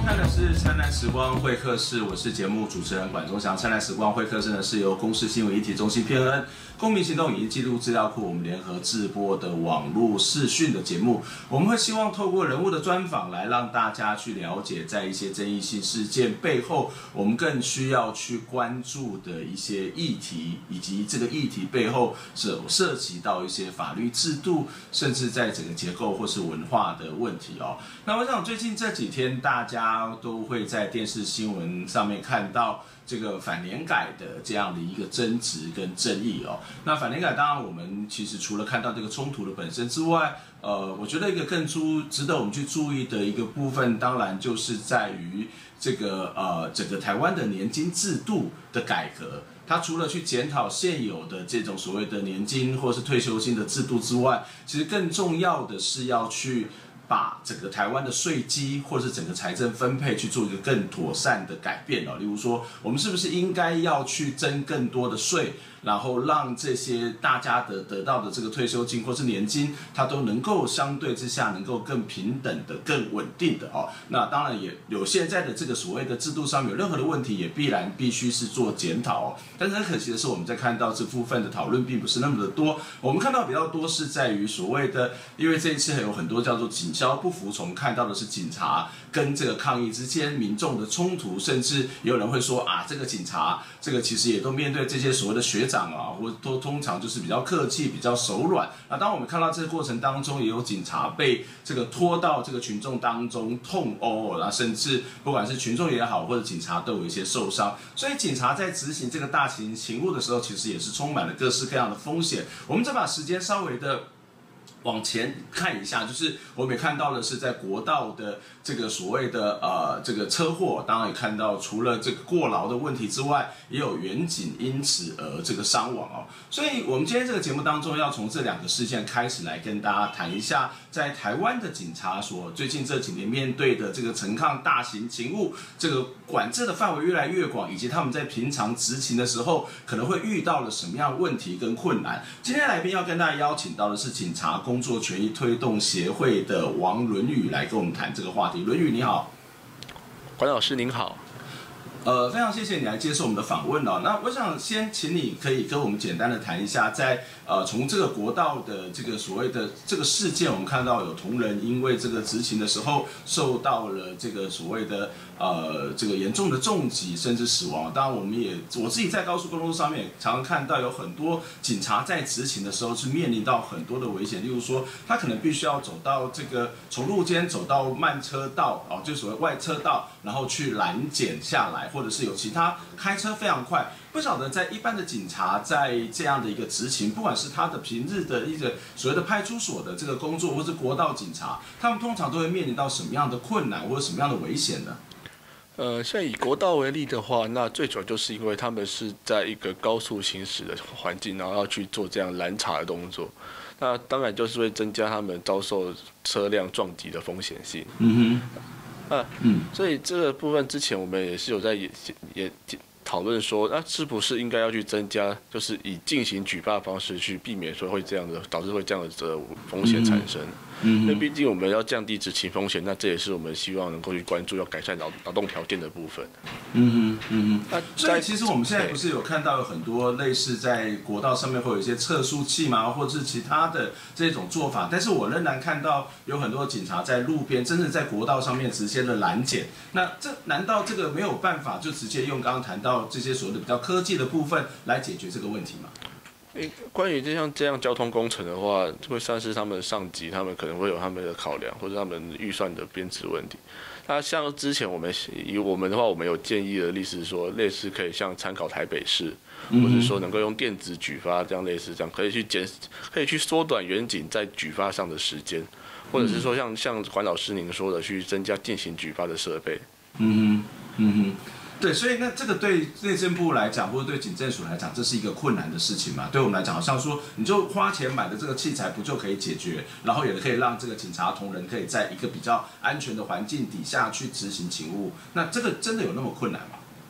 看的是灿烂时光会客室，我是节目主持人管中祥。灿烂时光会客室呢是由公视新闻议题中心 PNN 公民行动影音记录资料库我们联合制播的网络视讯的节目。我们会希望透过人物的专访来让大家去了解，在一些争议性事件背后，我们更需要去关注的一些议题，以及这个议题背后是涉及到一些法律制度，甚至在整个结构或是文化的问题哦。那我想最近这几天大家都会在电视新闻上面看到这个反联改的这样的一个争执跟争议哦。那反联改当然我们其实除了看到这个冲突的本身之外，我觉得一个更值得我们去注意的一个部分，当然就是在于这个整个台湾的年金制度的改革。它除了去检讨现有的这种所谓的年金或是退休金的制度之外，其实更重要的是要去把整个台湾的税基或是整个财政分配去做一个更妥善的改变哦。例如说，我们是不是应该要去征更多的税，然后让这些大家得到的这个退休金或是年金，它都能够相对之下能够更平等的、更稳定的哦。那当然也有现在的这个所谓的制度上面有任何的问题，也必须是做检讨哦。但是很可惜的是，我们在看到这部分的讨论并不是那么的多。我们看到比较多是在于所谓的，因为这一次还有很多叫做警消不服从，看到的是警察跟这个抗议之间民众的冲突，甚至也有人会说啊，这个警察这个其实也都面对这些所谓的学长啊，或都通常就是比较客气、比较手软。那当我们看到这个过程当中，也有警察被这个拖到这个群众当中痛殴，然后甚至不管是群众也好，或者警察都有一些受伤。所以警察在执行这个大型勤务的时候，其实也是充满了各式各样的风险。我们再把时间稍微的往前看一下，就是我们也看到的是在国道的这个所谓的这个车祸，当然也看到除了这个过劳的问题之外，也有员警因此而这个伤亡哦。所以我们今天这个节目当中要从这两个事件开始来跟大家谈一下，在台湾的警察所最近这几年面对的这个陈抗大型勤务，这个管制的范围越来越广，以及他们在平常执勤的时候可能会遇到了什么样的问题跟困难。今天来宾要跟大家邀请到的是警察工作权益推动协会的王伦宇来跟我们谈这个话题。伦宇你好。 管老师您好。 非常谢谢你来接受我们的访问哦。那我想先请你可以跟我们简单的谈一下，在从这个国道的这个所谓的这个事件，我们看到有同仁因为这个执勤的时候受到了这个所谓的这个严重的重击甚至死亡。当然我自己在高速公路上面也常常看到有很多警察在执勤的时候是面临到很多的危险，例如说他可能必须要走到这个从路肩走到慢车道哦，就所谓外车道，然后去拦检下来。或者是有其他开车非常快，不晓得在一般的警察在这样的一个执勤，不管是他的平日的一个所谓的派出所的这个工作，或是国道警察，他们通常都会面临到什么样的困难或者什么样的危险呢？ 像以国道为例的话，那最主要就是因为他们是在一个高速行驶的环境，然后要去做这样拦查的动作，那当然就是会增加他们遭受车辆撞击的风险性。所以这个部分之前我们也是有在也讨论说，那是不是应该要去增加，就是以进行举报的方式去避免说会这样的导致会这样的风险产生。因为毕竟我们要降低执勤风险，那这也是我们希望能够去关注要改善劳动条件的部分。 所以其实我们现在不是有看到有很多类似在国道上面会有一些测速器嘛，或者是其他的这种做法，但是我仍然看到有很多警察在路边，真正在国道上面直接的拦检。那难道这个没有办法就直接用刚刚谈到这些所谓的比较科技的部分来解决这个问题吗？ 关于这样交通工程的话，会算是他们上级，他们可能会有他们的考量，或者他们预算的编制问题。那像之前以我们的话，我们有建议的例子说，类似可以像参考台北市，或者说能够用电子举发这样类似这样，可以去缩短员警在举发上的时间，或者是说像管老师您说的，去增加进行举发的设备。 对，所以那这个对内政部来讲，或者对警政署来讲，这是一个困难的事情嘛？对我们来讲，好像说你就花钱买的这个器材不就可以解决，然后也可以让这个警察同仁可以在一个比较安全的环境底下去执行勤务，那这个真的有那么困难吗？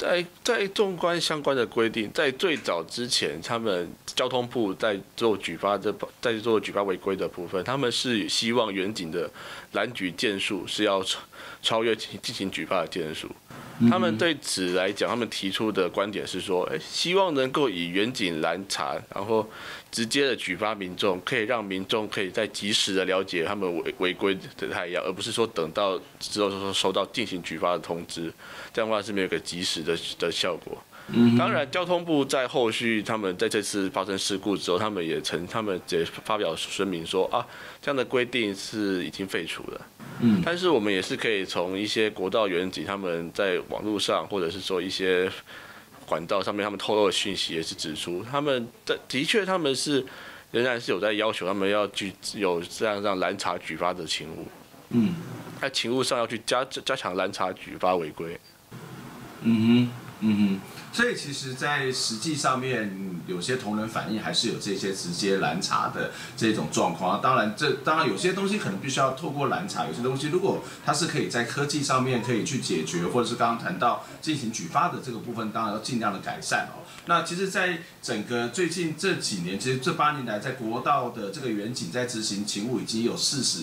在纵观相关的规定，在最早之前，他们交通部在做举发违规的部分，他们是希望远景的拦举件数是要超越进行举发的件数。他们对此来讲，他们提出的观点是说，希望能够以远景拦查，然后直接的举发民众，可以让民众可以在及时的了解他们违规的态样，而不是说等到之后收到进行举发的通知，这样的话是没有一个及时的效果。当然，交通部在后续他们在这次发生事故之后，他们也发表声明说这样的规定是已经废除了。但是我们也是可以从一些国道远景他们在网络上或者是说一些管道上面他们透露的讯息，也是指出他们的确他们是仍然是有在要求他们要有这样让拦查举发的勤务。在勤务上要去加强拦查举发违规。 所以其实，在实际上面，有些同仁反映还是有这些直接拦查的这种状况。当然有些东西可能必须要透过拦查，有些东西如果它是可以在科技上面可以去解决，或者是刚刚谈到进行举发的这个部分，当然要尽量的改善哦。那其实，在整个最近这几年，其实这8年来，在国道的这个远景在执行勤务已经有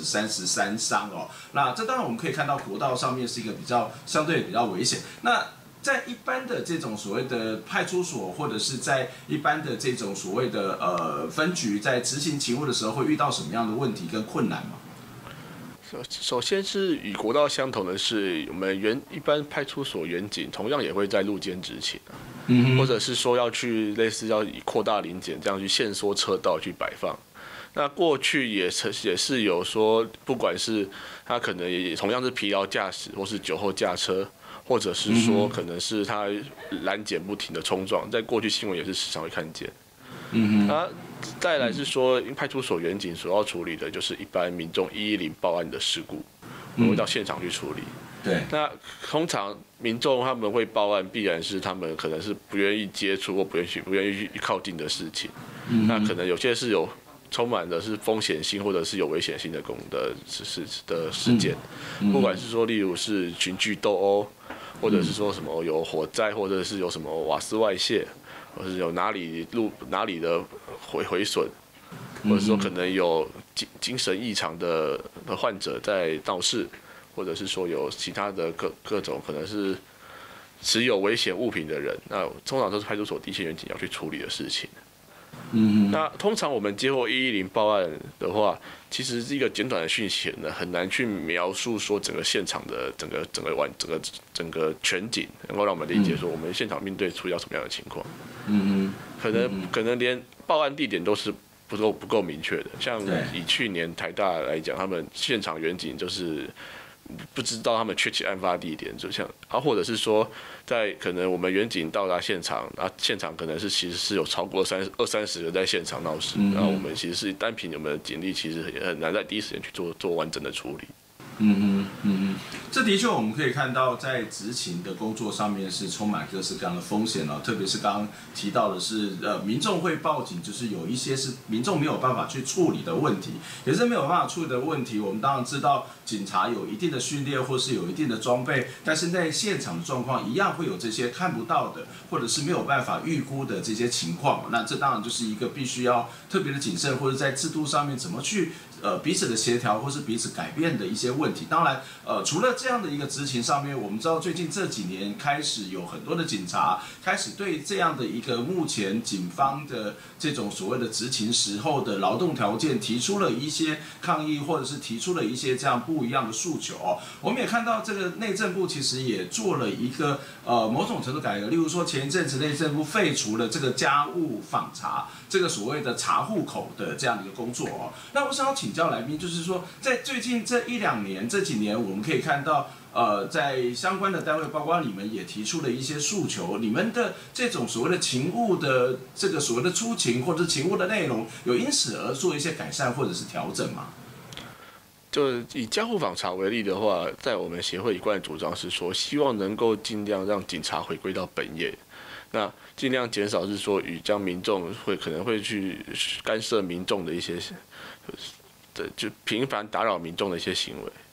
4033伤哦。那这当然我们可以看到国道上面是一个相对比较危险。那在一般的这种所谓的派出所，或者是在一般的这种所谓的分局，在执行勤务的时候，会遇到什么样的问题跟困难吗？ 首先是与国道相同的是，我们一般派出所远景同样也会在路肩执勤或者是说要去类似要以扩大临检这样去限缩车道去摆放。那过去也是有说，不管是他可能也同样是疲劳驾驶，或是酒后驾车。或者是说，可能是他拦检不停的冲撞，在过去新闻也是时常会看见。再来是说，派出所远景所要处理的就是一般民众110报案的事故，我们会到现场去处理。 对。 那通常民众他们会报案，必然是他们可能是不愿意接触或不愿意去靠近的事情。那可能有些是有充满的是风险性或者是有危险性的事件，不管是说例如是群聚斗殴。或者是说什么有火灾，或者是有什么瓦斯外泄，或者是有哪里的毁损，或者说可能有精神异常的患者在闹事，或者是说有其他的各种可能是持有危险物品的人，那通常都是派出所第一线员警要去处理的事情。那通常我们接获110报案的话，其实是一个简短的讯息呢，很难去描述说整个现场的整个全景，能够让我们理解说我们现场面对处理到什么样的情况。可能连报案地点都是不够明确的。像以去年台大来讲，他们现场远景就是不知道他们确切案发地点，就像或者是说，在可能我们远警到达现场，现场可能是其实是有超过20-30个在现场闹事，然后我们其实是单凭我们的警力，其实也很难在第一时间去做完整的处理。 这的确我们可以看到，在执勤的工作上面是充满各式各样的风险哦。特别是刚刚提到的是，民众会报警，就是有一些是民众没有办法去处理的问题，也是没有办法处理的问题。我们当然知道，警察有一定的训练或是有一定的装备，但是在现场的状况一样会有这些看不到的，或者是没有办法预估的这些情况。那这当然就是一个必须要特别的谨慎，或者在制度上面怎么去彼此的协调，或是彼此改变的一些问题。当然，除了这样的一个执勤上面，我们知道最近这几年开始有很多的警察开始对这样的一个目前警方的这种所谓的执勤时候的劳动条件提出了一些抗议，或者是提出了一些这样不一样的诉求哦。我们也看到这个内政部其实也做了一个某种程度改革，例如说前一阵子内政部废除了这个家务访查这个所谓的查户口的这样的一个工作哦。那我想要请教来宾，就是说在最近这1-2年这几年，我们可以看到在相关的单位，包括你们也提出了一些诉求，你们的这种所谓的勤务的这个所谓的出勤或者勤务的内容，有因此而做一些改善或者是调整吗？ 就以家户访查为例的话，在我们协会一贯的主张是说，希望能够尽量让警察回归到本业，那尽量减少是说将民众可能会去干涉民众的一些就频繁打扰民众的一些行为。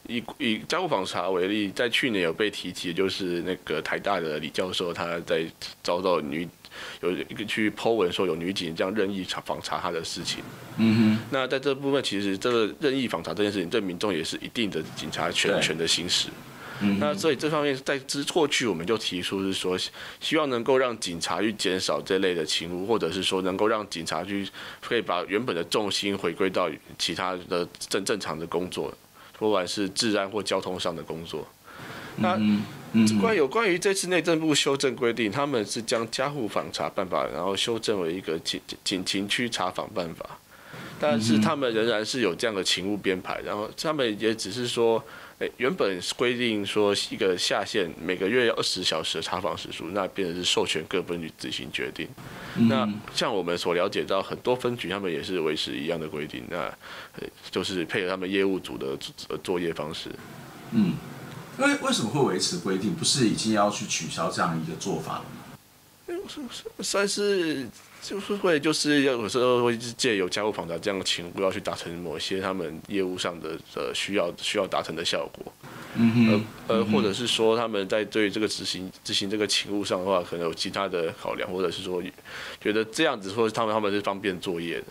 以家户访查为例，在去年有被提及，就是那个台大的李教授，他在遭到有一个去 po 文说有女警这样任意访查他的事情。那在这部分，其实这个任意访查这件事情，对民众也是一定的警察权的行使。那所以这方面在过去我们就提出是说，希望能够让警察去减少这类的勤务，或者是说能够让警察可以把原本的重心回归到其他的正常的工作，不管是治安或交通上的工作。那关于这次内政部修正规定，他们是将家户访查办法，然后修正为一个警情区查访办法，但是他们仍然是有这样的勤务编排，然后他们也只是说，原本规定说一个下限每个月要20小时的查访时数，那变成是授权各分局自行决定。那像我们所了解到，很多分局他们也是维持一样的规定，那就是配合他们业务组的作业方式。 为什么会维持规定？不是已经要去取消这样一个做法了吗？ 算是就是有时候会借由家户访查这样的勤务，要去达成某些他们业务上的需要达成的效果。或者是说他们在对这个执行这个勤务上的话，可能有其他的考量，或者是说觉得这样子说他们是方便作业的。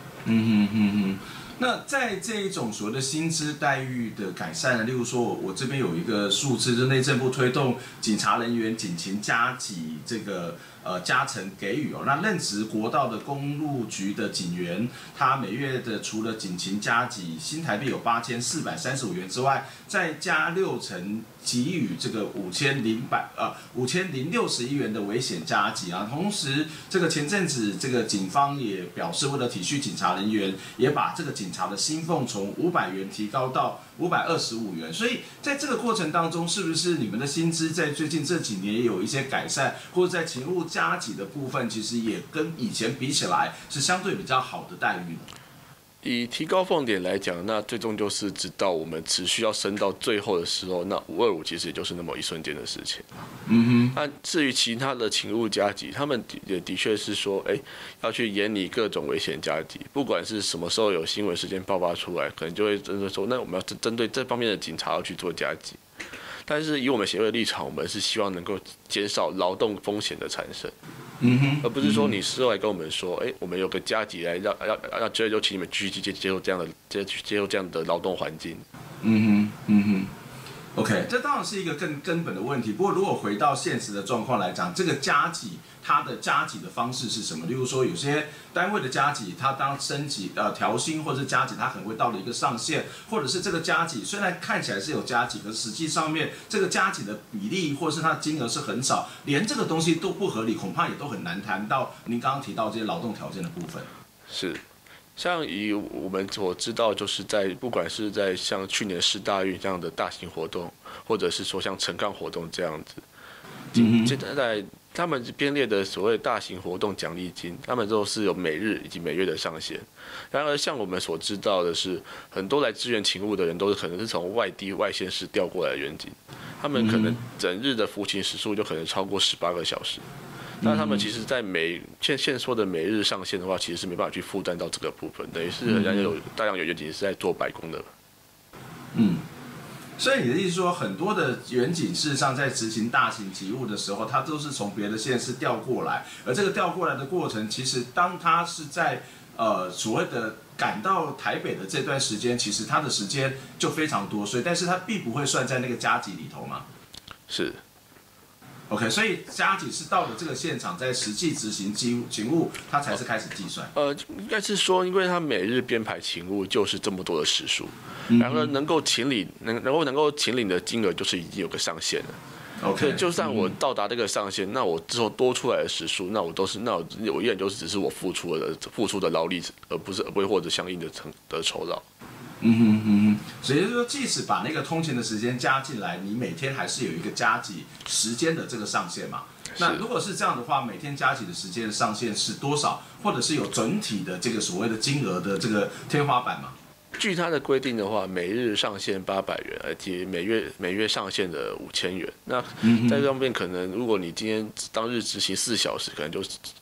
那在这一种所谓的薪资待遇的改善呢，例如说我这边有一个数字，就是内政部推动警察人员警勤加给这个加成给予那任职国道的公路局的警员，他每月的除了警勤加给新台币有8435元之外，再加6成给予这个5061元的危险加给同时，这个前阵子这个警方也表示，为了体恤警察人员，也把这个警察的薪俸从500元提高到525元。所以在这个过程当中，是不是你们的薪资在最近这几年也有一些改善，或者在勤务加给的部分，其实也跟以前比起来是相对比较好的待遇呢？ 以提高俸点来讲，那最终就是直到我们持续要升到最后的时候，那525其实也就是那么一瞬间的事情。那至于其他的勤务加给，他们也的确是说，要去研拟各种危险加给，不管是什么时候有新闻事件爆发出来，可能就会真的说，那我们要针对这方面的警察要去做加给。但是以我们协会的立场，我们是希望能够减少劳动风险的产生。而不是说你事后来跟我们说，我们有个加给来要就请你们继续接受这样的劳动环境。 OK， 这当然是一个更根本的问题。不过，如果回到现实的状况来讲，这个加给它的加给的方式是什么？例如说，有些单位的加给，它当升级调薪或者是加给，它可能会到了一个上限，或者是这个加给虽然看起来是有加给，可是实际上面这个加给的比例或是它的金额是很少，连这个东西都不合理，恐怕也都很难谈到您刚刚提到这些劳动条件的部分。 是。像以我们所知道，就是不管是在像去年世大运这样的大型活动，或者是说像陈抗活动这样子，现在他们编列的所谓大型活动奖励金，他们都是有每日以及每月的上限。然而，像我们所知道的是，很多来支援勤务的人都是可能是从外地外县市调过来的员警，他们可能整日的服勤时数就可能超过18个小时。那他们其实，在现说的每日上限的话，其实是没办法去负担到这个部分，等于是人家有大量员警是在做白工的。 所以你的意思说，很多的员警事实上在执行大型勤务的时候，他都是从别的县市调过来，而这个调过来的过程，其实当他是在所谓的赶到台北的这段时间，其实他的时间就非常多，所以但是他并不会算在那个加给里头嘛。 是。 OK， 所以加给是到了这个现场，在实际执行勤务，它才是开始计算。 应该是说，因为他每日编排勤务就是这么多的时数，然后能够请领的金额就是已经有个上限了。 OK， 就算我到达这个上限，那我之后多出来的时数，那我依然就是只是我付出的劳力，而不会获得相应的酬劳。 所以就是说，即使把那个通勤的时间加进来，你每天还是有一个加给时间的这个上限嘛。那如果是这样的话，每天加给的时间的上限是多少？或者是有整体的这个所谓的金额的这个天花板吗？ 据它的规定的话，每日上限800元，而且每月上限的5000元。那在这方面，可能如果你今天当日执行4小时，可能就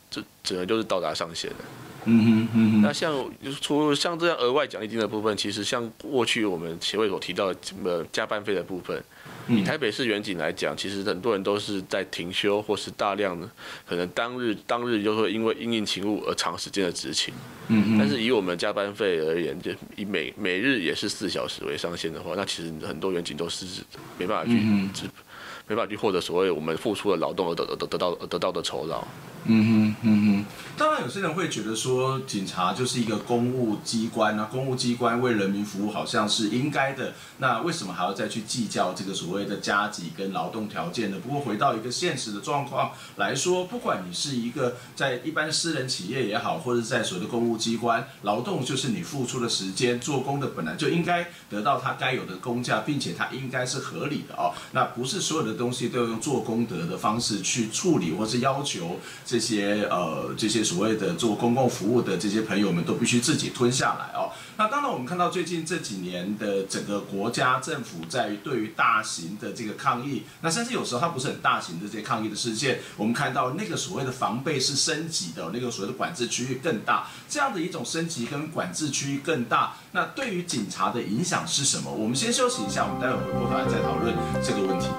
这只能就是到达上限了。那像这样额外奖励金的部分，其实像过去我们协会所提到的加班费的部分，以台北市远景来讲，其实很多人都是在停休或是大量的可能当日就会因为因应勤务而长时间的执勤。但是以我们加班费而言，就以每日也是4小时为上限的话，那其实很多远景都是没办法去获得所谓我们付出的劳动而得到的酬劳。 当然有些人会觉得说，警察就是一个公务机关啊，公务机关为人民服务好像是应该的，那为什么还要再去计较这个所谓的加给跟劳动条件呢？不过回到一个现实的状况来说，不管你是一个在一般私人企业也好，或者在所谓的公务机关，劳动就是你付出的时间，做工的本来就应该得到他该有的工价，并且它应该是合理的哦。那不是所有的东西都用做功德的方式去处理，或是要求这些所谓的做公共服务的这些朋友们都必须自己吞下来哦。那当然，我们看到最近这几年的整个国家政府在于对于大型的这个抗议，那甚至有时候它不是很大型的这些抗议的事件，我们看到那个所谓的防备是升级的，那个所谓的管制区域更大，这样的一种升级跟管制区域更大，那对于警察的影响是什么？我们先休息一下，我们待会回过头来再讨论这个问题。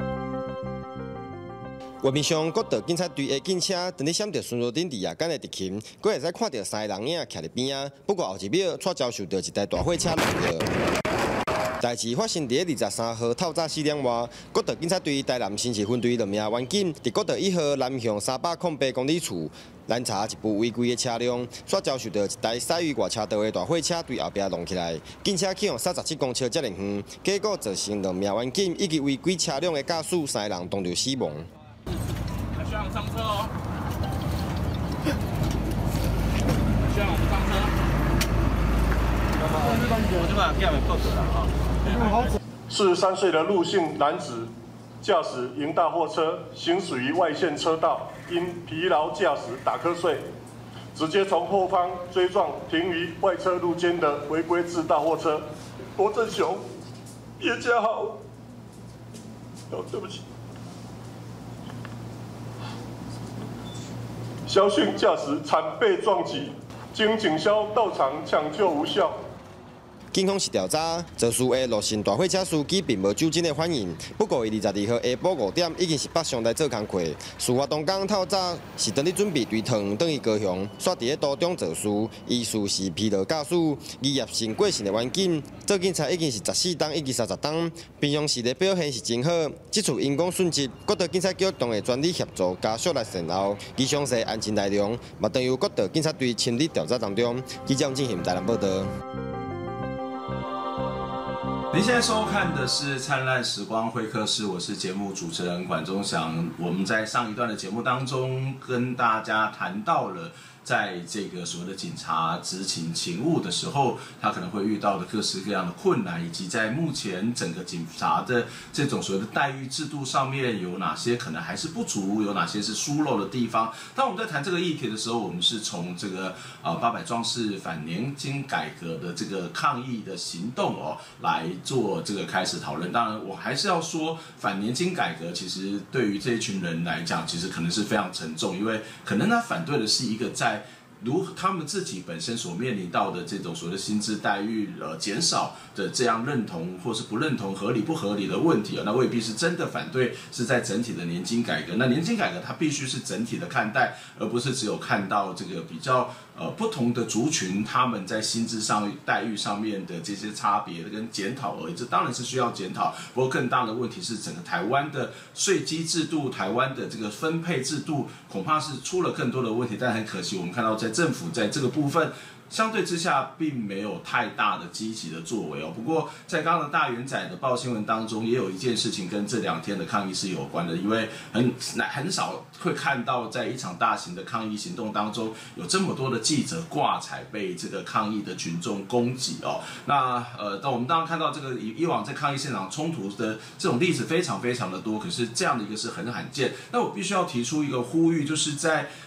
画面上，国道警察队的警车等你闪到巡逻顶伫夜间的直行，佫会使看到3个人影徛伫边啊。不过后一秒，却遭受到一台大货车撞到。代志发生伫23号透早4点外，国道警察队台南新市分队2名员警伫国道1号南向308公里处拦查一部违规的车辆，却遭受到一台驶于外车道的大货车对后壁弄起来，警车启用37公尺遮尔远，结果造成2名员警以及违规车辆的驾驶3个人同着死亡。 希望上车哦！希望我们上车。我就把票给扣走了啊。 43岁的陆姓男子驾驶营大货车行驶于外线车道，因疲劳驾驶打瞌睡，直接从后方追撞停于外侧路肩的违规制大货车。罗振雄，叶家豪，对不起。萧训驾驶惨被撞击，经警消到场抢救无效。 警方是调查肇事的陆姓大货车司机并无酒精的反应，不过伊22号下晡5点已经是北上来做工课。事发当天透早是当你准备追糖转去高雄，煞伫咧途中肇事，疑似是疲劳驾驶。医业性过剩的员警，做警察已经是14天以及30天，平常时的表现是真好。这次因公殉职，国道警察局当会全力协助家属来善后，其详细案情内容，嘛当由国道警察队亲自调查当中。记者进行台南报道。 您现在收看的是《灿烂时光会客室》，我是节目主持人管中祥。我们在上一段的节目当中跟大家谈到了，在这个所谓的警察执勤勤务的时候，他可能会遇到的各式各样的困难，以及在目前整个警察的这种所谓的待遇制度上面有哪些可能还是不足，有哪些是疏漏的地方。当我们在谈这个议题的时候，我们是从这个800壮士反年金改革的这个抗议的行动来做这个开始讨论。当然，我还是要说，反年金改革其实对于这一群人来讲，其实可能是非常沉重，因为可能他反对的是一个在如他们自己本身所面临到的这种所谓的薪资待遇减少的这样认同或是不认同合理不合理的问题那未必是真的反对，是在整体的年金改革。那年金改革它必须是整体的看待，而不是只有看到这个比较不同的族群他们在薪资上待遇上面的这些差别跟检讨而已。这当然是需要检讨，不过更大的问题是整个台湾的税基制度、台湾的这个分配制度恐怕是出了更多的问题。但很可惜，我们看到在政府在这个部分相对之下并没有太大的积极的作为不过在刚刚的大元仔的报新闻当中，也有一件事情跟这2天的抗议是有关的，因为很少会看到在一场大型的抗议行动当中有这么多的记者挂彩被这个抗议的群众攻击那我们当然看到这个以往在抗议现场冲突的这种例子非常非常的多，可是这样的一个是很罕见。那我必须要提出一个呼吁，就是在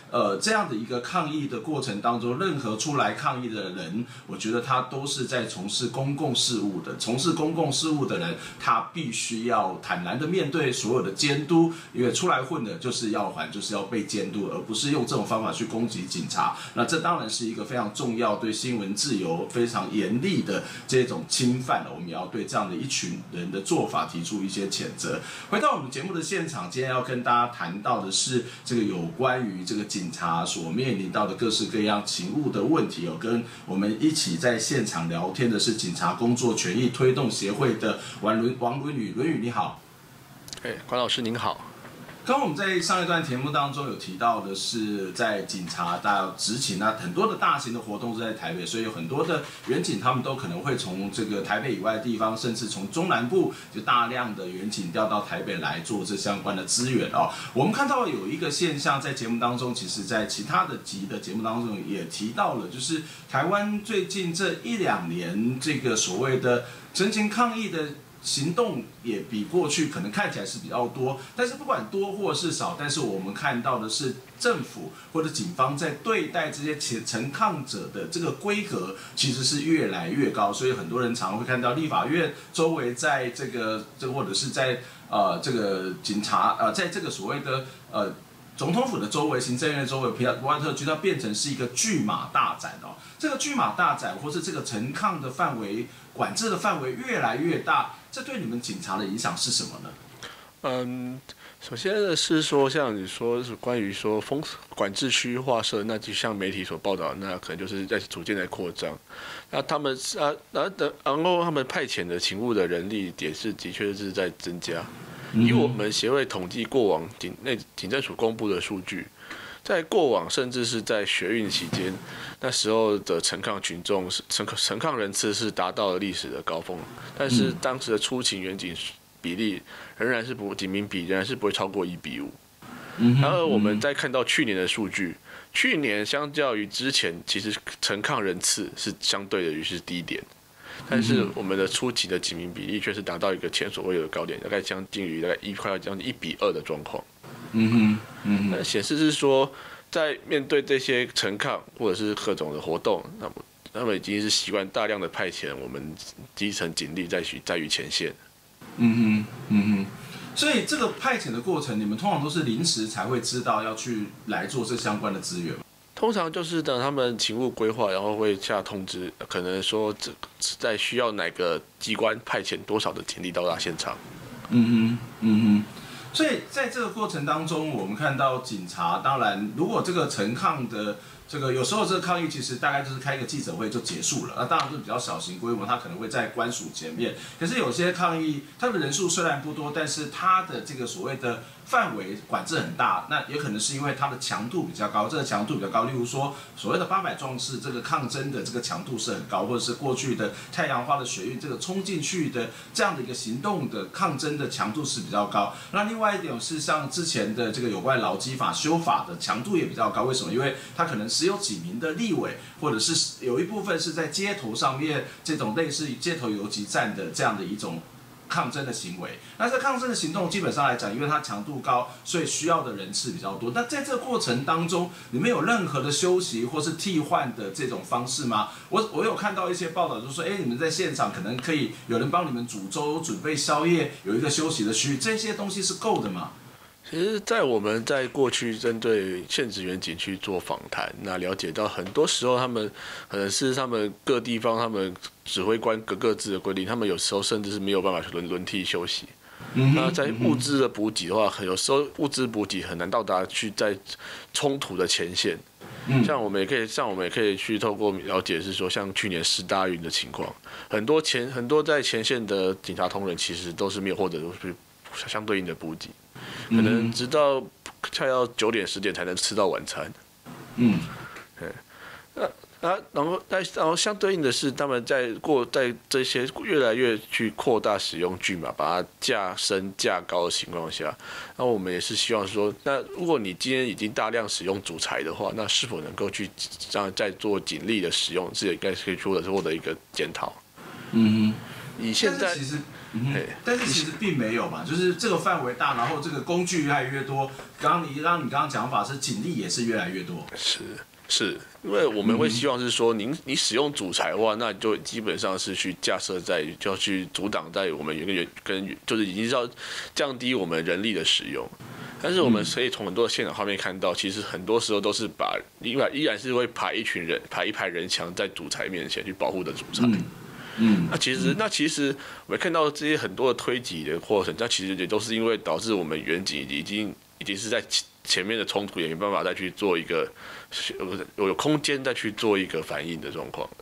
这样的一个抗议的过程当中，任何出来抗议的人，我觉得他都是在从事公共事务的。从事公共事务的人，他必须要坦然的面对所有的监督，因为出来混的就是要被监督，而不是用这种方法去攻击警察。那这当然是一个非常重要，对新闻自由非常严厉的这种侵犯了。我们也要对这样的一群人的做法提出一些谴责。回到我们节目的现场，今天要跟大家谈到的是这个有关于这个警察所面临到的各式各样勤务的问题哦。跟我们一起在现场聊天的是警察工作权益推动协会的王伦宇，伦宇你好。 关老师您好。 刚刚我们在上一段节目当中有提到的是，在警察到执勤很多的大型的活动是在台北，所以有很多的员警他们都可能会从这个台北以外的地方，甚至从中南部就大量的员警调到台北来做这相关的资源哦。我们看到有一个现象在节目当中，其实在其他的集的节目当中也提到了，就是台湾最近这1-2年这个所谓的陈情抗议的行动也比过去可能看起来是比较多，但是不管多或是少，但是我们看到的是政府或者警方在对待这些陈抗者的这个规格其实是越来越高，所以很多人常会看到立法院周围在这个或者是在这个警察在这个所谓的总统府的周围、行政院的周围、博爱特区，它变成是一个拒马大展哦。这个拒马大展，或是这个陈抗的范围、管制的范围越来越大，这对你们警察的影响是什么呢？ 首先呢是说，像你说是关于说管制区域划设，那就像媒体所报道，那可能就是在逐渐在扩张。那他们然后他们派遣的勤务的人力也是的确是在增加。以我们协会统计过往警政署公布的数据，在过往甚至是在学运期间，那时候的陈抗群众陈抗人次是达到了历史的高峰，但是当时的出勤员警比例警民比仍然是不会超过1:5。然而我们在看到去年的数据，去年相较于之前，其实陈抗人次是相对的于是低点。但是我们的初期的警民比例却是达到一个前所未有的高点，大概将近于快要将近1:2的状况。那显示是说，在面对这些陈抗或者是各种的活动，那么他们已经是习惯大量的派遣我们基层警力在于前线。 所以这个派遣的过程，你们通常都是临时才会知道要去来做这相关的资源吗？ 通常就是等他们勤务规划，然后会下通知，可能说在需要哪个机关派遣多少的警力到达现场。 所以在这个过程当中，我们看到警察，当然如果这个陈抗的这个有时候这个抗议其实大概就是开一个记者会就结束了，那当然就是比较小型规模，它可能会在官署前面。可是有些抗议，它的人数虽然不多，但是它的这个所谓的范围管制很大，那也可能是因为它的强度比较高。这个强度比较高，例如说所谓的800壮士，这个抗争的这个强度是很高，或者是过去的太阳花的学运，这个冲进去的这样的一个行动的抗争的强度是比较高。那另外一点是像之前的这个有关劳基法修法的强度也比较高，为什么？因为它可能只有几名的立委，或者是有一部分是在街头上面这种类似于街头游击战的这样的一种抗争的行为。那这抗争的行动基本上来讲，因为它强度高，所以需要的人次比较多。那在这个过程当中，你们有任何的休息或是替换的这种方式吗？我有看到一些报道，就是说，你们在现场可能可以有人帮你们煮粥、准备宵夜，有一个休息的区域，这些东西是够的吗？ 其实，我们在过去针对现职员警去做访谈，那了解到很多时候他们可能是他们各地方他们指挥官各自的规定，他们有时候甚至是没有办法轮替休息。那在物资的补给的话，有时候物资补给很难到达去在冲突的前线。像我们也可以去透过了解是说，像去年10大运的情况，很多在前线的警察同仁其实都是没有获得相对应的补给。可能直到快要9点10点才能吃到晚餐。然后相对应的是，他们在这些越来越去扩大使用拒马，把它架升架高的情况下，那我们也是希望说，那如果你今天已经大量使用主材的话，那是否能够去在做警力的使用，这也应该可以获得一个检讨。 以现在， 但是其实并没有嘛，就是这个范围大，然后这个工具越来越多。你刚刚讲法是警力也是越来越多。 是，因为我们会希望是说，你使用主材的话，那就基本上是去架设在，就要去阻挡在我们就是已经是要降低我们人力的使用。但是我们可以从很多的现场画面看到，其实很多时候都是依然是会排一排人墙在主材面前去保护的主材。那其实我们看到这些很多的推挤的过程，那其实也都是因为导致我们远景已经是在前面的冲突也没办法再去做一个有空间再去做一个反应的状况了。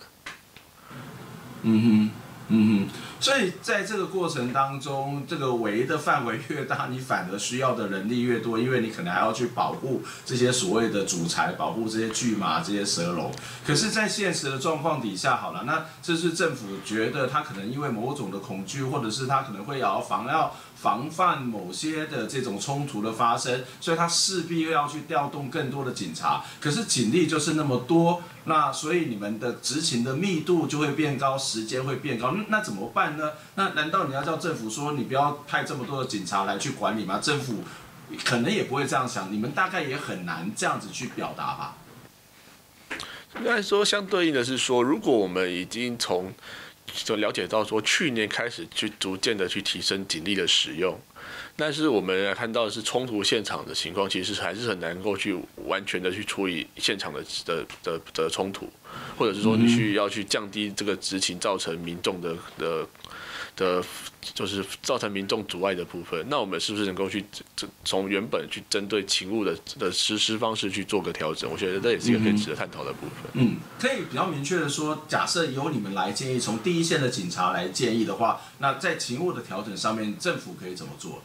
所以在这个过程当中，这个围的范围越大，你反而需要的人力越多，因为你可能还要去保护这些所谓的主材，保护这些巨马、这些蛇龙。可是，在现实的状况底下，好了，那这是政府觉得他可能因为某种的恐惧，或者是他可能会要防范某些的这种冲突的发生，所以他势必又要去调动更多的警察。可是警力就是那么多，那所以你们的执勤的密度就会变高，时间会变高。那怎么办呢？那难道你要叫政府说你不要派这么多的警察来去管理吗？政府可能也不会这样想，你们大概也很难这样子去表达吧。 应该说，相对应的是说，如果我们已经就了解到说，去年开始去逐渐的去提升警力的使用，但是我们看到的是冲突现场的情况，其实还是很难够去完全的去处理现场的冲突，或者是说你要去降低这个执勤造成民众就是造成民众阻碍的部分，那我们是不是能够去从原本去针对勤务的实施方式去做个调整？我觉得这也是一个可以值得探讨的部分。 可以比较明确的说，假设由你们来建议，从第一线的警察来建议的话，那在勤务的调整上面，政府可以怎么做？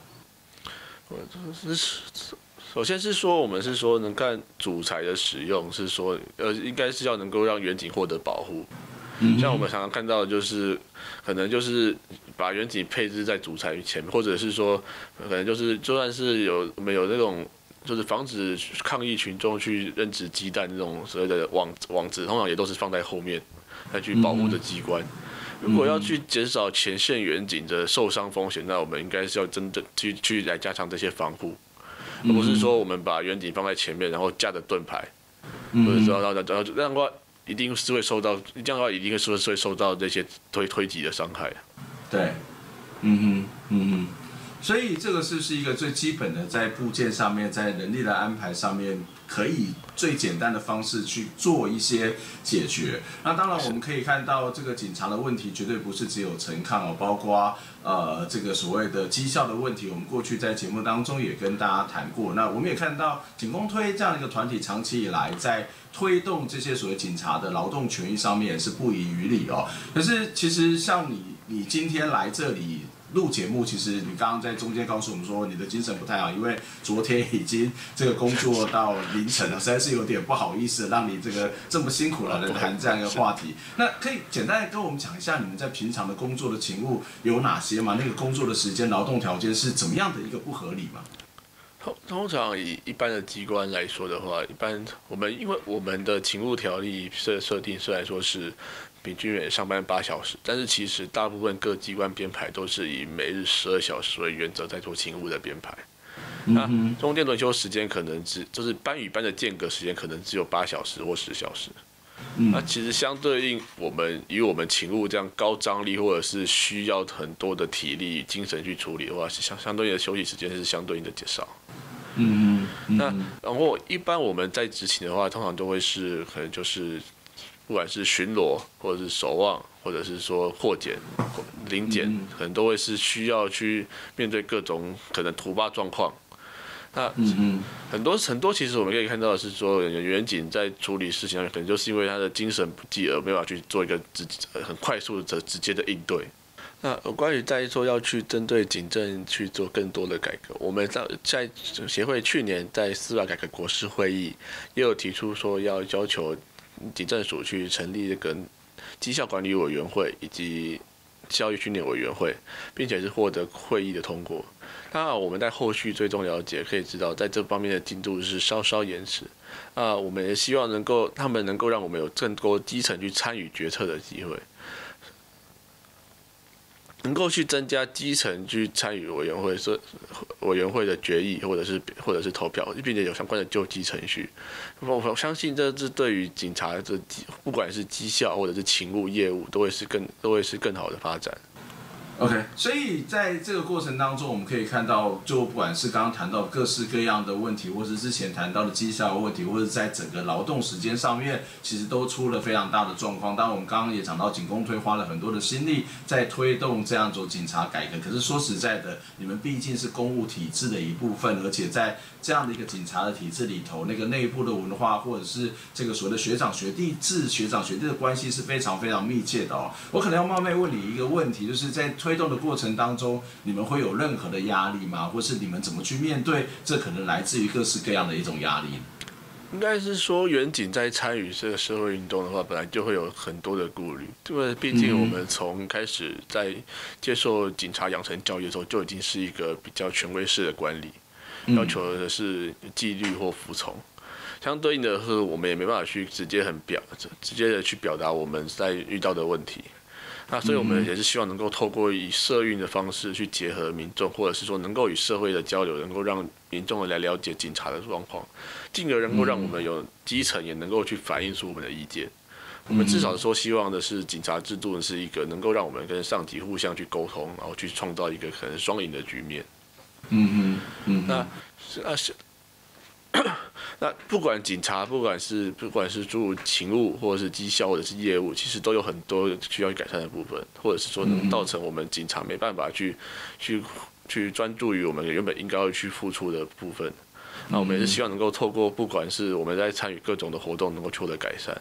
首先是说，我们是说能看主材的使用，是说应该是要能够让远景获得保护。像我们常常看到的就是，可能就是把远景配置在主材前面，或者是说，可能就是就算是我们有那种，就是防止抗议群众去扔掷鸡蛋那种所谓的网子，通常也都是放在后面来去保护的机关。如果要去减少前线远景的受伤风险，那我们应该是要真的去来加强这些防护，而不是说我们把远景放在前面，然后架着盾牌，或者说然后这样的话。一定是会受到这样的话，一定是会受到这些推挤的伤害。 对，所以这个是一个最基本的，在部件上面，在人力的安排上面，可以最简单的方式去做一些解决。那当然，我们可以看到这个警察的问题，绝对不是只有陈抗哦，包括这个所谓的绩效的问题，我们过去在节目当中也跟大家谈过。那我们也看到警工推这样一个团体，长期以来在推动这些所谓警察的劳动权益上面也是不遗余力哦。可是其实像你今天来这里录节目，其实你刚刚在中间告诉我们说你的精神不太好，因为昨天已经这个工作到凌晨了，实在是有点不好意思让你这么辛苦了来谈这样一个话题。那可以简单跟我们讲一下你们在平常的工作的勤务有哪些吗？那个工作的时间、劳动条件是怎么样的一个不合理吗？ 通常以一般的机关来说的话，因为我们的勤务条例设定虽然说是平均每上班8小时，但是其实大部分各机关编排都是以每日12小时为原则在做勤务的编排。那中间轮休时间可能就是班与班的间隔时间可能只有8小时或10小时。那其实相对应以我们勤务这样高张力或者是需要很多的体力与精神去处理的话，相对应的休息时间是相对应的减少。那然后一般我们在执勤的话，通常都会是可能就是不管是巡逻或者是守望，或者是说获检、临检，可能都会是需要去面对各种可能突发状况。那很多其实我们可以看到的是说，远景在处理事情上，可能就是因为他的精神不济而没有办法去做一个很快速的直接的应对。那关于在说要去针对警政去做更多的改革，我们在协会去年在司法改革国是会议也有提出说要求警政署去成立这个绩效管理委员会以及教育训练委员会，并且是获得会议的通过。当然，我们在后续追踪了解，可以知道在这方面的进度是稍稍延迟。我们也希望他们能够让我们有更多基层去参与决策的机会。 能够去增加基层去参与委员会的决议或者是投票，并且有相关的救济程序。我相信这对于警察的不管是绩效或者是勤务业务，都会是更好的发展。 OK， 所以在这个过程当中，我们可以看到，就不管是刚刚谈到各式各样的问题，或是之前谈到的绩效问题，或者在整个劳动时间上面，其实都出了非常大的状况。当然，我们刚刚也讲到，警工推花了很多的心力在推动这样种警察改革。可是说实在的，你们毕竟是公务体制的一部分，而且在这样的一个警察的体制里头，那个内部的文化，或者是这个所谓的学长学弟制、学长学弟的关系是非常非常密切的哦。我可能要冒昧问你一个问题，就是在推动的过程当中，你们会有任何的压力吗？或是你们怎么去面对这可能来自于各式各样的一种压力？ 应该是说，远警在参与这个社会运动的话，本来就会有很多的顾虑，因为毕竟我们从开始在接受警察养成教育的时候，就已经是一个比较权威式的管理，要求的是纪律或服从。相对应的是，我们也没办法去直接的去表达我们在遇到的问题。那所以我们也是希望能够透过以社运的方式去结合民众，或者是说能够与社会的交流，能够让民众来了解警察的状况，进而能够让我们有基层也能够去反映出我们的意见。我们至少说希望的是警察制度是一个能够让我们跟上级互相去沟通，然后去创造一个可能双赢的局面。那不管警察，不管是诸如勤务或者是绩效或者是业务，其实都有很多需要改善的部分，或者是说能造成我们警察没办法去专注于我们原本应该要去付出的部分。那我们也是希望能够透过不管是我们在参与各种的活动，能够获得改善。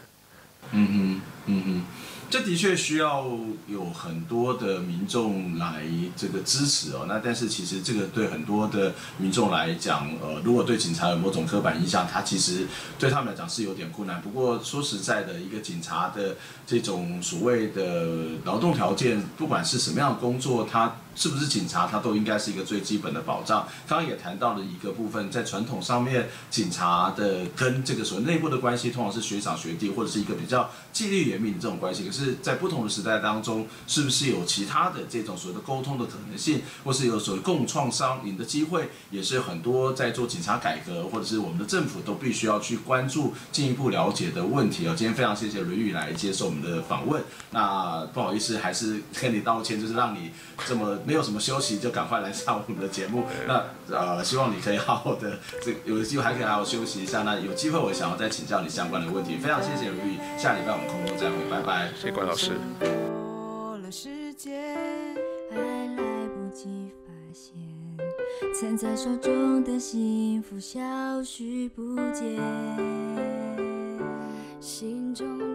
这的确需要有很多的民众来这个支持哦。那但是其实这个对很多的民众来讲，如果对警察有某种刻板印象，他其实对他们来讲是有点困难。不过说实在的，一个警察的这种所谓的劳动条件，不管是什么样的工作，他是不是警察，它都应该是一个最基本的保障。刚刚也谈到了一个部分，在传统上面，警察的跟这个所谓内部的关系，通常是学长学弟，或者是一个比较纪律严明的这种关系。可是，在不同的时代当中，是不是有其他的这种所谓的沟通的可能性，或是有所谓共创双赢的机会，也是很多在做警察改革，或者是我们的政府都必须要去关注、进一步了解的问题哦。今天非常谢谢伦宇来接受我们的访问。那不好意思，还是跟你道歉，就是让你这么没有什么休息，就赶快来上我们的节目。那希望你可以好好的，有机会还可以好好休息一下。那有机会我想要再请教你相关的问题。非常谢谢伦宇，下礼拜我们空中再会，拜拜。 谢谢关老师。 过了时间，还来不及发现，攥在手中的幸福消失不见，心中。